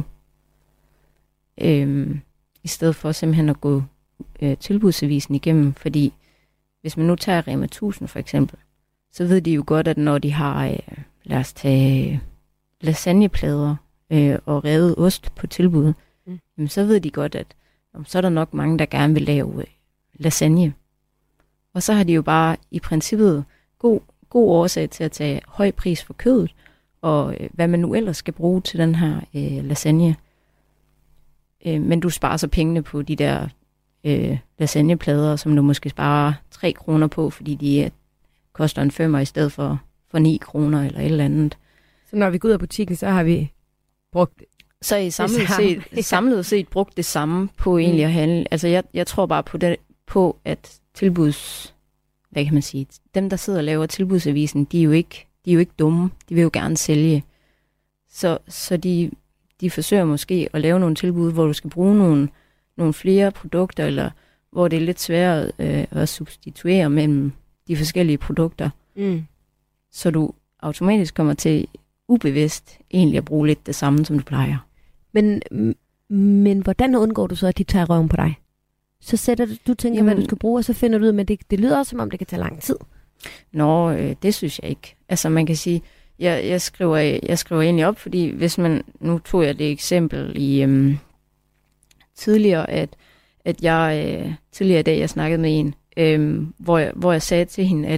I stedet for simpelthen at gå tilbudsavisen igennem, fordi hvis man nu tager Rema 1000 for eksempel, så ved de jo godt, at når de har, lad os tage lasagneplader og revet ost på tilbud, jamen, så ved de godt, at så er der nok mange, der gerne vil lave lasagne. Og så har de jo bare i princippet god årsag til at tage høj pris for kødet, og hvad man nu ellers skal bruge til den her lasagne. Men du sparer så pengene på de der lasagneplader, som du måske sparer 3 kroner på, fordi de koster en 5'er i stedet for 9 kroner eller et eller andet. Så når vi går ud af butikken, så har vi brugt... Så er I samlet set brugt det samme på egentlig at handle. Altså jeg tror bare på at hvad kan man sige, dem der sidder og laver tilbudsavisen, de er jo ikke dumme. De vil jo gerne sælge. Så de forsøger måske at lave nogle tilbud, hvor du skal bruge nogle flere produkter, eller hvor det er lidt sværere at substituere mellem de forskellige produkter. Så du automatisk kommer til ubevidst egentlig at bruge lidt det samme, som du plejer. Men hvordan undgår du så, at de tager røven på dig? Så sætter du tænker, hvad du skal bruge, og så finder du ud af, at det lyder også, som om det kan tage lang tid. Nå, det synes jeg ikke. Altså man kan sige, jeg skriver egentlig op, fordi hvis man, nu tog jeg det eksempel i tidligere, at jeg tidligere i dag, jeg snakkede med en, hvor jeg sagde til hende,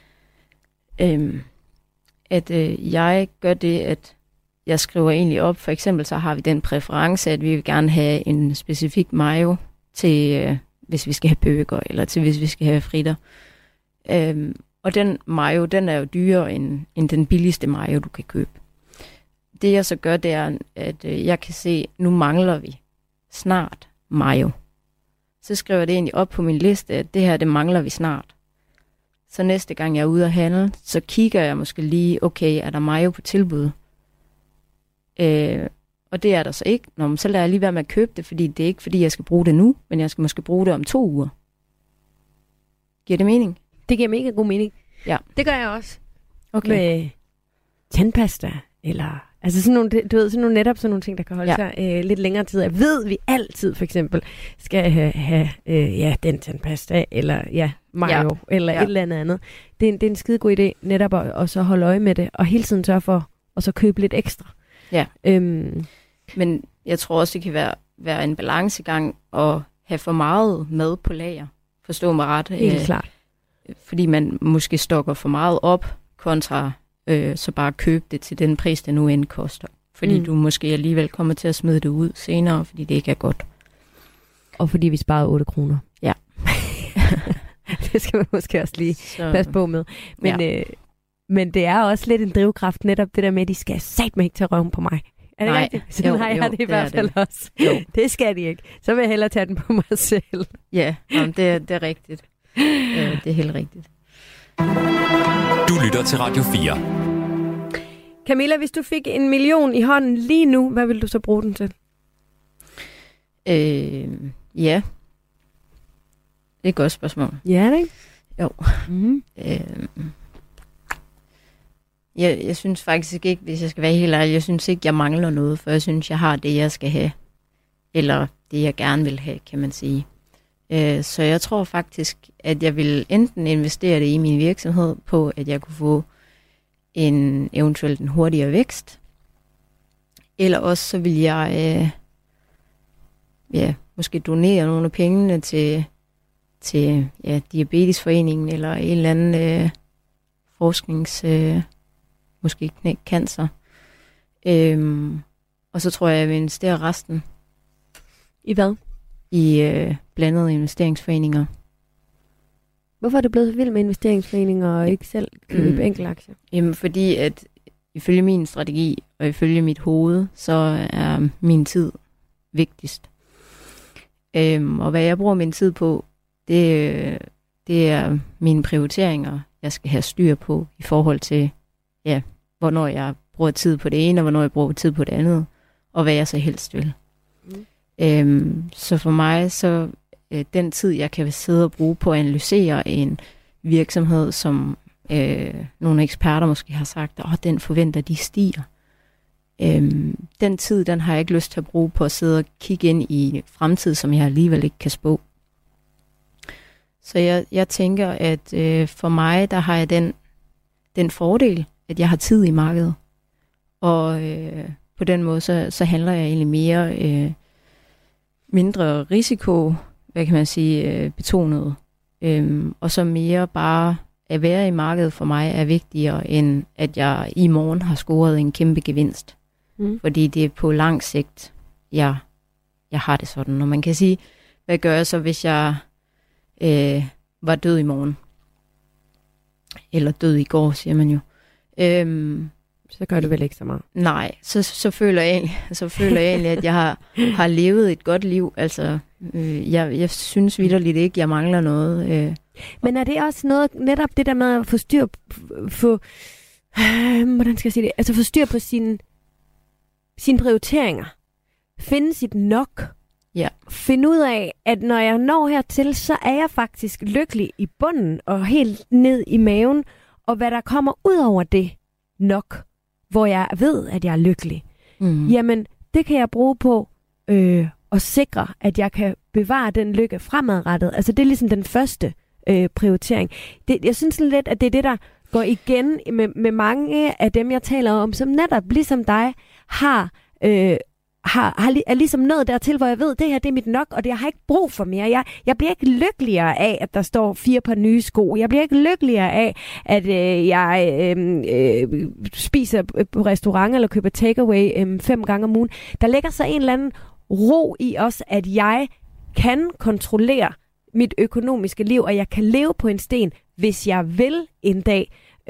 at jeg gør det, at jeg skriver egentlig op. For eksempel så har vi den præference, at vi vil gerne have en specifik mayo til, hvis vi skal have burger, eller til hvis vi skal have fritter. Og den mayo, den er jo dyrere end den billigste mayo, du kan købe. Det jeg så gør, det er, at jeg kan se, nu mangler vi snart mayo. Så skriver jeg det egentlig op på min liste, at det her, det mangler vi snart. Så næste gang jeg er ude at handle, så kigger jeg måske lige, okay, er der mayo på tilbud? Og det er der så ikke. Nå, så lader jeg lige være med at købe det, fordi det er ikke, fordi jeg skal bruge det nu, men jeg skal måske bruge det om 2 uger. Giver det mening? Det giver mega god mening. Ja. Det gør jeg også. Okay. Med tandpasta, eller altså sådan nogle, du ved, sådan nogle netop sådan nogle ting, der kan holde sig lidt længere tid. Jeg ved, vi altid for eksempel skal have den tandpasta, eller mayo, eller et eller andet. Det er en skide god idé, netop at så holde øje med det, og hele tiden sørge for at så købe lidt ekstra. Ja. Men jeg tror også, det kan være en balancegang at have for meget med på lager. Forstå mig ret. Helt klart. Fordi man måske stokker for meget op, kontra så bare købe det til den pris, det nu end koster. Fordi du måske alligevel kommer til at smide det ud senere, fordi det ikke er godt. Og fordi vi sparede 8 kroner. Ja. Det skal man måske også lige passe på med. Men det er også lidt en drivkraft, netop det der med, at de skal satme ikke tage røven på mig. Er det rigtigt? Sådan har jeg det i hvert fald også. Jo. Det skal de ikke. Så vil jeg hellere tage den på mig selv. Ja, det er rigtigt. Det er helt rigtigt. Du lytter til Radio 4. Camilla, hvis du fik 1 million i hånden lige nu, hvad vil du så bruge den til? Ja. Det er et godt spørgsmål. Ja, det ikke? Jo. Mm-hmm. Jeg synes faktisk ikke, hvis jeg skal være helt ærlig, jeg synes ikke, jeg mangler noget, for jeg synes, jeg har det, jeg skal have. Eller det, jeg gerne vil have, kan man sige. Så jeg tror faktisk, at jeg vil enten investere det i min virksomhed på, at jeg kunne få eventuelt en hurtigere vækst. Eller også så vil jeg måske donere nogle af pengene til Diabetesforeningen eller en eller anden forsknings... måske cancer. Og så tror jeg vil investere resten. I hvad? i blandede investeringsforeninger. Hvorfor er du blevet så vild med investeringsforeninger og ikke selv købe enkeltaktier? Jamen fordi at ifølge min strategi og ifølge mit hoved, så er min tid vigtigst. Og hvad jeg bruger min tid på, det er mine prioriteringer, jeg skal have styr på i forhold til, hvornår jeg bruger tid på det ene, og hvornår jeg bruger tid på det andet, og hvad jeg så helst vil. Så for mig, så den tid, jeg kan sidde og bruge på at analysere en virksomhed, som nogle eksperter måske har sagt, den forventer, de stiger. Den tid, den har jeg ikke lyst til at bruge på at sidde og kigge ind i fremtid, som jeg alligevel ikke kan spå. Så jeg tænker, at for mig, der har jeg den fordel, at jeg har tid i markedet. Og på den måde, så handler jeg egentlig mere mindre risiko, hvad kan man sige, betonet. Og så mere bare at være i markedet for mig er vigtigere, end at jeg i morgen har scoret en kæmpe gevinst. Fordi det er på lang sigt, jeg har det sådan. Og man kan sige, hvad gør jeg så, hvis jeg var død i morgen? Eller død i går, siger man jo. Så gør det vel ikke så meget? Nej, så føler jeg egentlig, at jeg har levet et godt liv. Altså, jeg synes vitterligt ikke, jeg mangler noget. Men er det også noget, netop det der med at få styr på, hvordan skal jeg sige det? Altså få styr på sine prioriteringer. Finde sit nok. Ja. Finde ud af, at når jeg når hertil, så er jeg faktisk lykkelig i bunden og helt ned i maven. Og hvad der kommer ud over det nok, hvor jeg ved, at jeg er lykkelig, jamen det kan jeg bruge på at sikre, at jeg kan bevare den lykke fremadrettet. Altså det er ligesom den første prioritering. Jeg synes lidt, at det er det, der går igen med mange af dem, jeg taler om, som netop ligesom dig er ligesom nået dertil, hvor jeg ved, at det her det er mit nok, og det jeg har ikke brug for mere. Jeg bliver ikke lykkeligere af, at der står 4 par nye sko. Jeg bliver ikke lykkeligere af, at jeg spiser på restaurant eller køber takeaway 5 gange om ugen. Der ligger så en eller anden ro i os, at jeg kan kontrollere mit økonomiske liv, og jeg kan leve på en sten, hvis jeg vil en dag.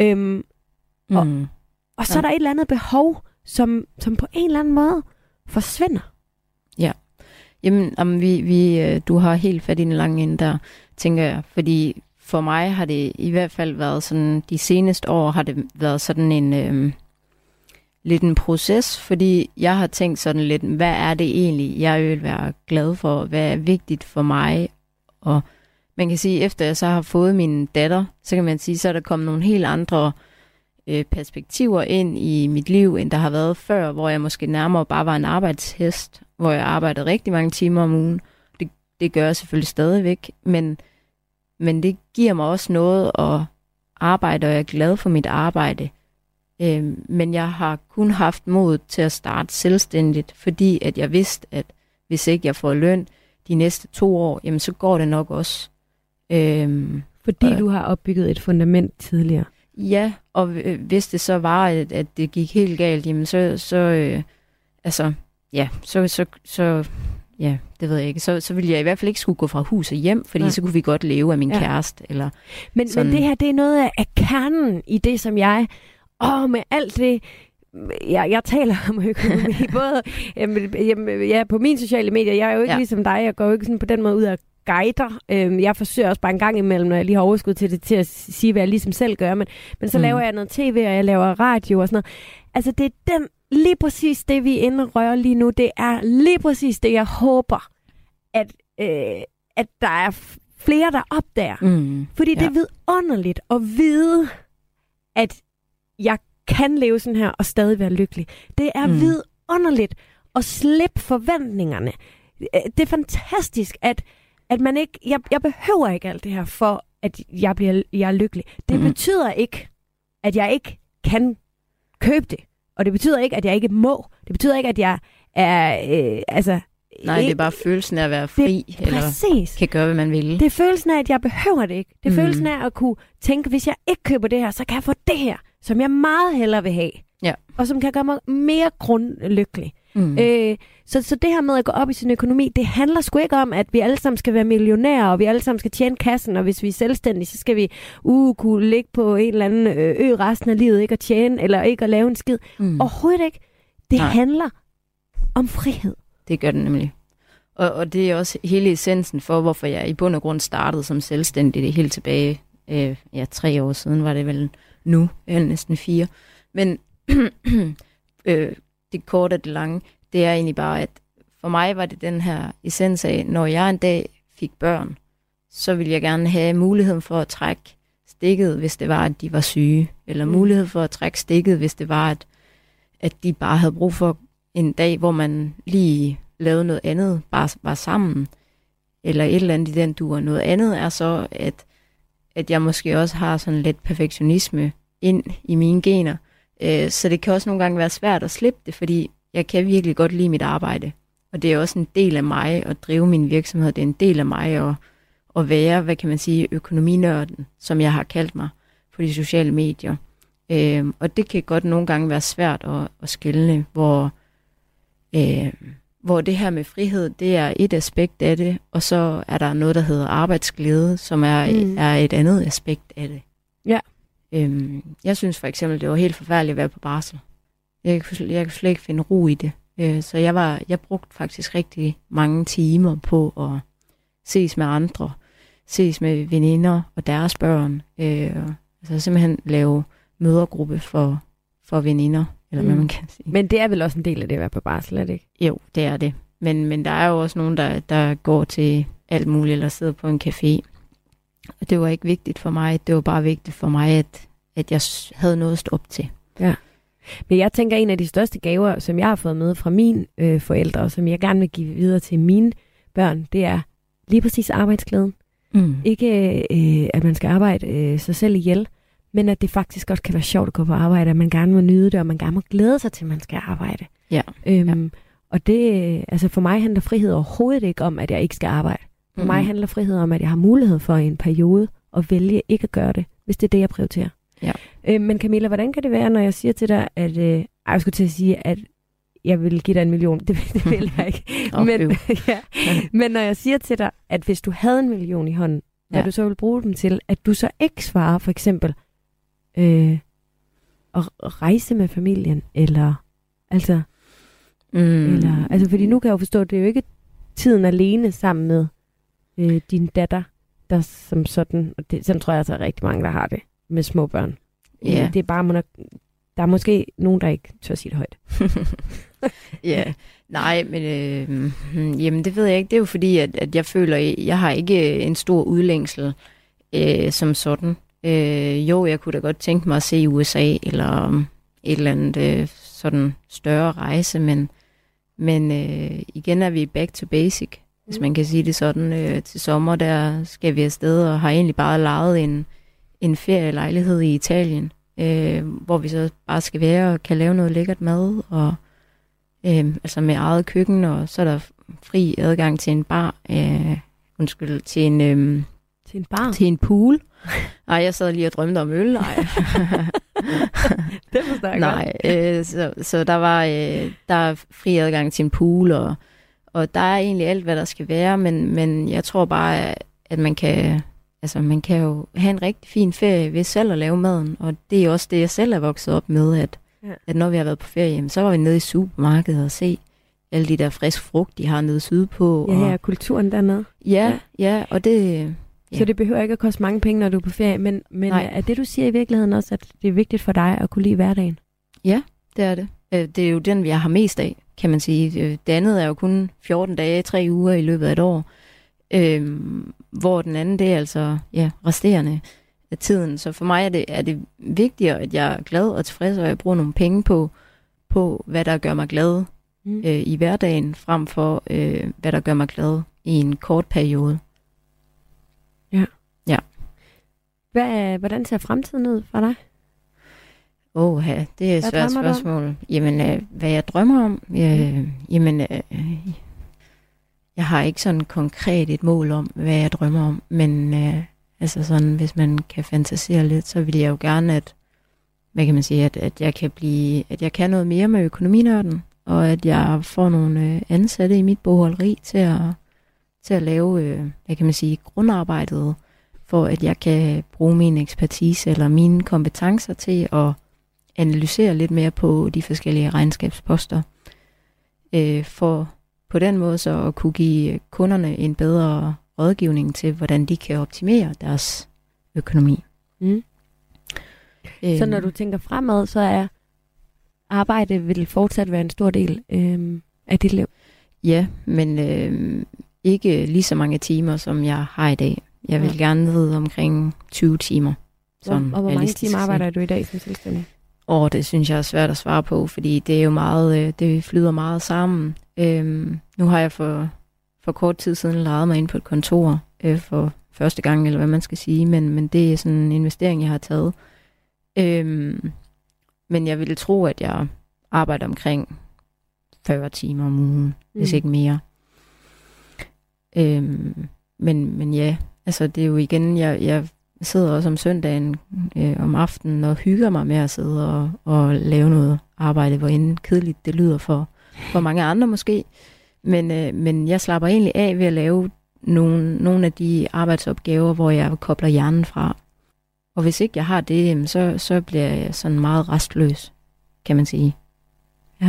Og så er der et eller andet behov, som på en eller anden måde forsvinder. Ja. Jamen, du har helt fat i en lang ende der, tænker jeg. Fordi for mig har det i hvert fald været sådan, de seneste år har det været sådan en lidt en proces, fordi jeg har tænkt sådan lidt, hvad er det egentlig, jeg vil være glad for, hvad er vigtigt for mig. Og man kan sige, efter jeg så har fået min datter, så kan man sige, så er der kommet nogle helt andre perspektiver ind i mit liv, end der har været før, hvor jeg måske nærmere bare var en arbejdshest, hvor jeg arbejdede rigtig mange timer om ugen. Det gør jeg selvfølgelig stadigvæk, men det giver mig også noget at arbejde, og jeg er glad for mit arbejde. Men jeg har kun haft mod til at starte selvstændigt, fordi at jeg vidste, at hvis ikke jeg får løn de næste 2 år, jamen så går det nok også. Fordi du har opbygget et fundament tidligere. Ja, og hvis det så var, at det gik helt galt, jamen så det ved jeg ikke. Så ville jeg i hvert fald ikke skulle gå fra hus og hjem, fordi så kunne vi godt leve af min kæreste. Eller men det her, det er noget af kernen i det, som jeg, med alt det, jeg taler om økonomi, både på mine sociale medier. Jeg er jo ikke ligesom dig, jeg går jo ikke sådan på den måde ud af guider. Jeg forsøger også bare en gang imellem, når jeg lige har overskud til at sige, hvad jeg ligesom selv gør, men så laver jeg noget tv, og jeg laver radio og sådan noget. Altså det er lige præcis det, vi indrører lige nu, det er lige præcis det, jeg håber, at der er flere, der opdager. Fordi det er vidunderligt at vide, at jeg kan leve sådan her og stadig være lykkelig. Det er vidunderligt at slippe forventningerne. Det er fantastisk, at man ikke, jeg behøver ikke alt det her for, at jeg er lykkelig. Det betyder ikke, at jeg ikke kan købe det. Og det betyder ikke, at jeg ikke må. Det betyder ikke, at jeg er... Nej, det er bare følelsen af at være fri, eller kan gøre, hvad man vil. Det er følelsen af, at jeg behøver det ikke. Det er følelsen af at kunne tænke, hvis jeg ikke køber det her, så kan jeg få det her, som jeg meget hellere vil have. Ja. Og som kan gøre mig mere grundlykkelig. Så det her med at gå op i sin økonomi, det handler sgu ikke om, at vi alle sammen skal være millionærer, og vi alle sammen skal tjene kassen, og hvis vi er selvstændige, så skal vi kunne ligge på en eller anden ø resten af livet, ikke at tjene, eller ikke at lave en skid. Overhovedet ikke. Det handler om frihed. Det gør det nemlig. Og det er også hele essensen for, hvorfor jeg i bund og grund startede som selvstændig. Det er helt tilbage, 3 år siden var det vel nu, næsten 4. Men det korte og det lange, det er egentlig bare, at for mig var det den her essens af, når jeg en dag fik børn, så ville jeg gerne have muligheden for at trække stikket, hvis det var, at de var syge. Eller mulighed for at trække stikket, hvis det var, at de bare havde brug for en dag, hvor man lige lavede noget andet, bare var sammen. Eller et eller andet i den dur. Noget andet er så, at jeg måske også har sådan lidt perfektionisme ind i mine gener. Så det kan også nogle gange være svært at slippe det, fordi jeg kan virkelig godt lide mit arbejde. Og det er også en del af mig at drive min virksomhed. Det er en del af mig at være, hvad kan man sige, økonominørden, som jeg har kaldt mig på de sociale medier. Og det kan godt nogle gange være svært at skelne, hvor det her med frihed, det er et aspekt af det, og så er der noget, der hedder arbejdsglæde, som er et andet aspekt af det. Ja. Jeg synes for eksempel, det var helt forfærdeligt at være på barsel. Jeg kunne slet ikke finde ro i det. Så jeg brugte faktisk rigtig mange timer på at ses med andre, ses med veninder og deres børn. Altså simpelthen lave mødergruppe for veninder, eller hvad man kan sige. Men det er vel også en del af det at være på barsel, er det ikke? Jo, det er det. Men der er jo også nogen, der går til alt muligt, eller sidder på en café. Og det var ikke vigtigt for mig. Det var bare vigtigt for mig, at jeg havde noget at stå op til. Ja. Men jeg tænker, en af de største gaver, som jeg har fået med fra mine forældre, og som jeg gerne vil give videre til mine børn, det er lige præcis arbejdsglæden. Ikke at man skal arbejde sig selv ihjel, men at det faktisk også kan være sjovt at gå på arbejde, at man gerne må nyde det, og man gerne må glæde sig til, at man skal arbejde. Ja. Og det, altså for mig handler frihed overhovedet ikke om, at jeg ikke skal arbejde. For mig handler frihed om, at jeg har mulighed for i en periode at vælge ikke at gøre det, hvis det er det, jeg prioriterer. Ja. Men Camilla, hvordan kan det være, når jeg siger til dig, at jeg skulle til at sige, at jeg vil give dig 1 million? Det vil jeg ikke. Men når jeg siger til dig, at hvis du havde 1 million i hånden, hvad du så vil bruge dem til, at du så ikke svarer for eksempel at rejse med familien, eller altså, eller, altså fordi nu kan jeg jo forstå, at det er jo ikke tiden alene sammen med din datter, der som sådan, og det, sådan tror jeg, at der er rigtig mange, der har det med små børn. Yeah. Det er bare, der er måske nogen, der ikke tør sige det højt. Nej, men jamen det ved jeg ikke. Det er jo fordi, at jeg føler, at jeg har ikke en stor udlængsel som sådan. Jo, jeg kunne da godt tænke mig at se USA, eller et eller andet sådan større rejse, men igen er vi back to basic, hvis man kan sige det sådan. Til sommer, der skal vi afsted, og har egentlig bare lejet en ferielejlighed i Italien, hvor vi så bare skal være og kan lave noget lækkert mad, og altså med eget køkken, og så er der fri adgang til en bar, til en pool. Nej, jeg sad lige og drømte om øl. Nej. Det forstår jeg godt. Så der er fri adgang til en pool, og der er egentlig alt, hvad der skal være, men jeg tror bare, at man kan jo have en rigtig fin ferie ved selv at lave maden, og det er også det, jeg selv er vokset op med, at når vi har været på ferie, så var vi nede i supermarkedet og se alle de der frisk frugt, de har nede sydpå. Ja, kulturen dernede. Ja, og det... Så det behøver ikke at koste mange penge, når du er på ferie, men er det, du siger i virkeligheden også, at det er vigtigt for dig at kunne lide hverdagen? Ja, det er det. Det er jo den, jeg har mest af, kan man sige. Det andet er jo kun 14 dage, 3 uger i løbet af et år, hvor den anden, det er altså resterende af tiden. Så for mig er det vigtigere, at jeg er glad og tilfreds, og jeg bruger nogle penge på hvad der gør mig glad i hverdagen, frem for hvad der gør mig glad i en kort periode. Ja. Hvordan ser fremtiden ud for dig? Det er et svært spørgsmål. Jamen, hvad jeg drømmer om? Jeg har ikke sådan konkret et mål om, hvad jeg drømmer om, men altså sådan, hvis man kan fantasere lidt, så vil jeg jo gerne, at jeg kan noget mere med økonominørden. og at jeg får nogle ansatte i mit bogholderi til at lave, hvad kan man sige, grundarbejdet, for at jeg kan bruge min ekspertise eller mine kompetencer til at analysere lidt mere på de forskellige regnskabsposter, for på den måde så at kunne give kunderne en bedre rådgivning til, hvordan de kan optimere deres økonomi. Så når du tænker fremad, så er arbejde vil fortsat være en stor del af dit liv? Ja, men ikke lige så mange timer, som jeg har i dag. Jeg vil gerne ned omkring 20 timer. Og hvor mange timer arbejder du i dag som selvstændig? Det synes jeg er svært at svare på, fordi det er jo meget, det flyder meget sammen. Nu har jeg for kort tid siden lejet mig ind på et kontor for første gang, eller hvad man skal sige, men det er sådan en investering, jeg har taget. Men jeg ville tro, at jeg arbejder omkring 40 timer om ugen, hvis ikke mere. Men ja, altså det er jo igen, jeg sidder også om søndagen om aftenen og hygger mig med at sidde og lave noget arbejde, hvor end kedeligt det lyder for mange andre måske. Men jeg slapper egentlig af ved at lave nogle af de arbejdsopgaver, hvor jeg kobler hjernen fra. Og hvis ikke jeg har det, så bliver jeg sådan meget restløs, kan man sige. Ja.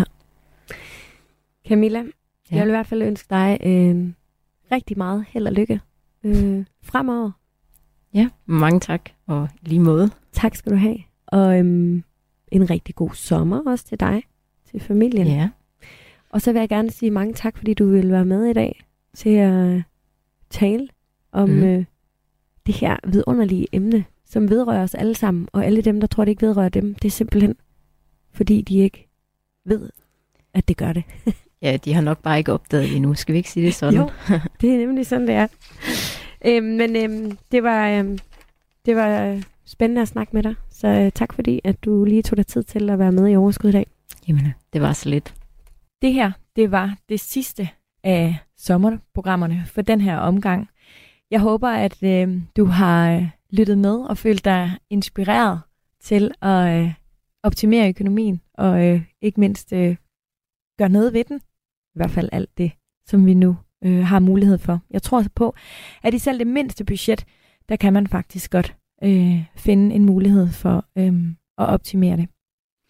Camilla, jeg vil i hvert fald ønske dig rigtig meget held og lykke fremover. Ja, mange tak, og lige måde. Tak skal du have. Og en rigtig god sommer også til dig, til familien. Ja. Og så vil jeg gerne sige mange tak, fordi du ville være med i dag til at tale om det her vidunderlige emne, som vedrører os alle sammen, og alle dem, der tror, det ikke vedrører dem, det er simpelthen, fordi de ikke ved, at det gør det. Ja, de har nok bare ikke opdaget det endnu. Skal vi ikke sige det sådan? Jo, det er nemlig sådan, det er. Men det var spændende at snakke med dig, så tak fordi, at du lige tog dig tid til at være med i Overskud i dag. Jamen, det var så lidt. Det her, det var det sidste af sommerprogrammerne for den her omgang. Jeg håber, at du har lyttet med og følt dig inspireret til at optimere økonomien og ikke mindst gøre noget ved den. I hvert fald alt det, som vi nu har mulighed for. Jeg tror på, at i selv det mindste budget, der kan man faktisk godt finde en mulighed for at optimere det.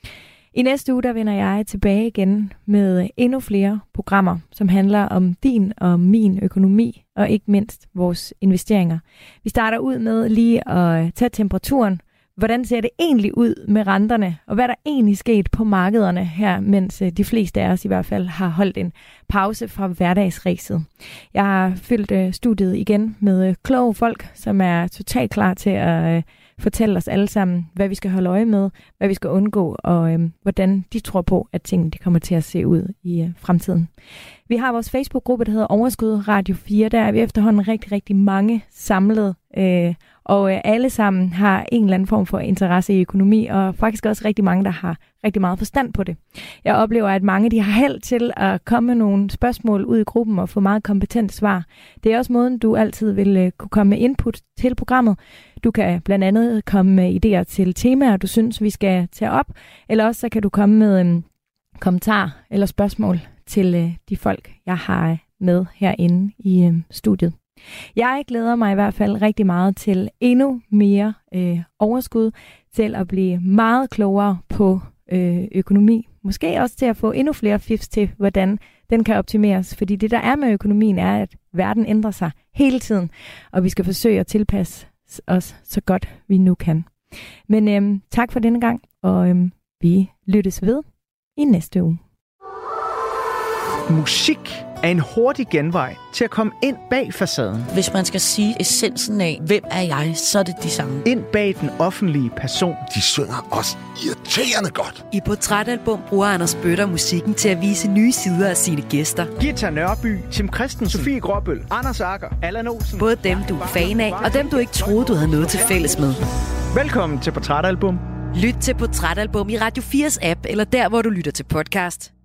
I næste uge, der vender jeg tilbage igen med endnu flere programmer, som handler om din og min økonomi, og ikke mindst vores investeringer. Vi starter ud med lige at tage temperaturen. Hvordan ser det egentlig ud med renterne, og hvad er der egentlig sket på markederne her, mens de fleste af os i hvert fald har holdt en pause fra hverdagsræset. Jeg har fyldt studiet igen med kloge folk, som er totalt klar til at fortælle os alle sammen, hvad vi skal holde øje med, hvad vi skal undgå, og hvordan de tror på, at tingene de kommer til at se ud i fremtiden. Vi har vores Facebook-gruppe, der hedder Overskud Radio 4. Der er vi efterhånden rigtig, rigtig mange samlet, og alle sammen har en eller anden form for interesse i økonomi, og faktisk også rigtig mange, der har rigtig meget forstand på det. Jeg oplever, at mange de har held til at komme med nogle spørgsmål ud i gruppen og få meget kompetent svar. Det er også måden, du altid vil kunne komme med input til programmet. Du kan blandt andet komme med idéer til temaer, du synes, vi skal tage op, eller også så kan du komme med en kommentar eller spørgsmål til de folk, jeg har med herinde i studiet. Jeg glæder mig i hvert fald rigtig meget til endnu mere overskud, til at blive meget klogere på økonomi. Måske også til at få endnu flere fifs til, hvordan den kan optimeres. Fordi det, der er med økonomien, er, at verden ændrer sig hele tiden, og vi skal forsøge at tilpasse os så godt vi nu kan. Men tak for denne gang, og vi lyttes ved i næste uge. Musik er en hurtig genvej til at komme ind bag facaden. Hvis man skal sige essensen af, hvem er jeg, så er det de samme. Ind bag den offentlige person. De synger også irriterende godt. I Portrætalbum bruger Anders Bøtter musikken til at vise nye sider af sine gæster. Gita Nørby, Tim Christen, Sofie Gråbøl, Anders Agger, Allan Olsen. Både dem, du er fan af, og dem, du ikke troede, du havde noget til fælles med. Velkommen til Portrætalbum. Lyt til Portrætalbum i Radio 4's app, eller der, hvor du lytter til podcast.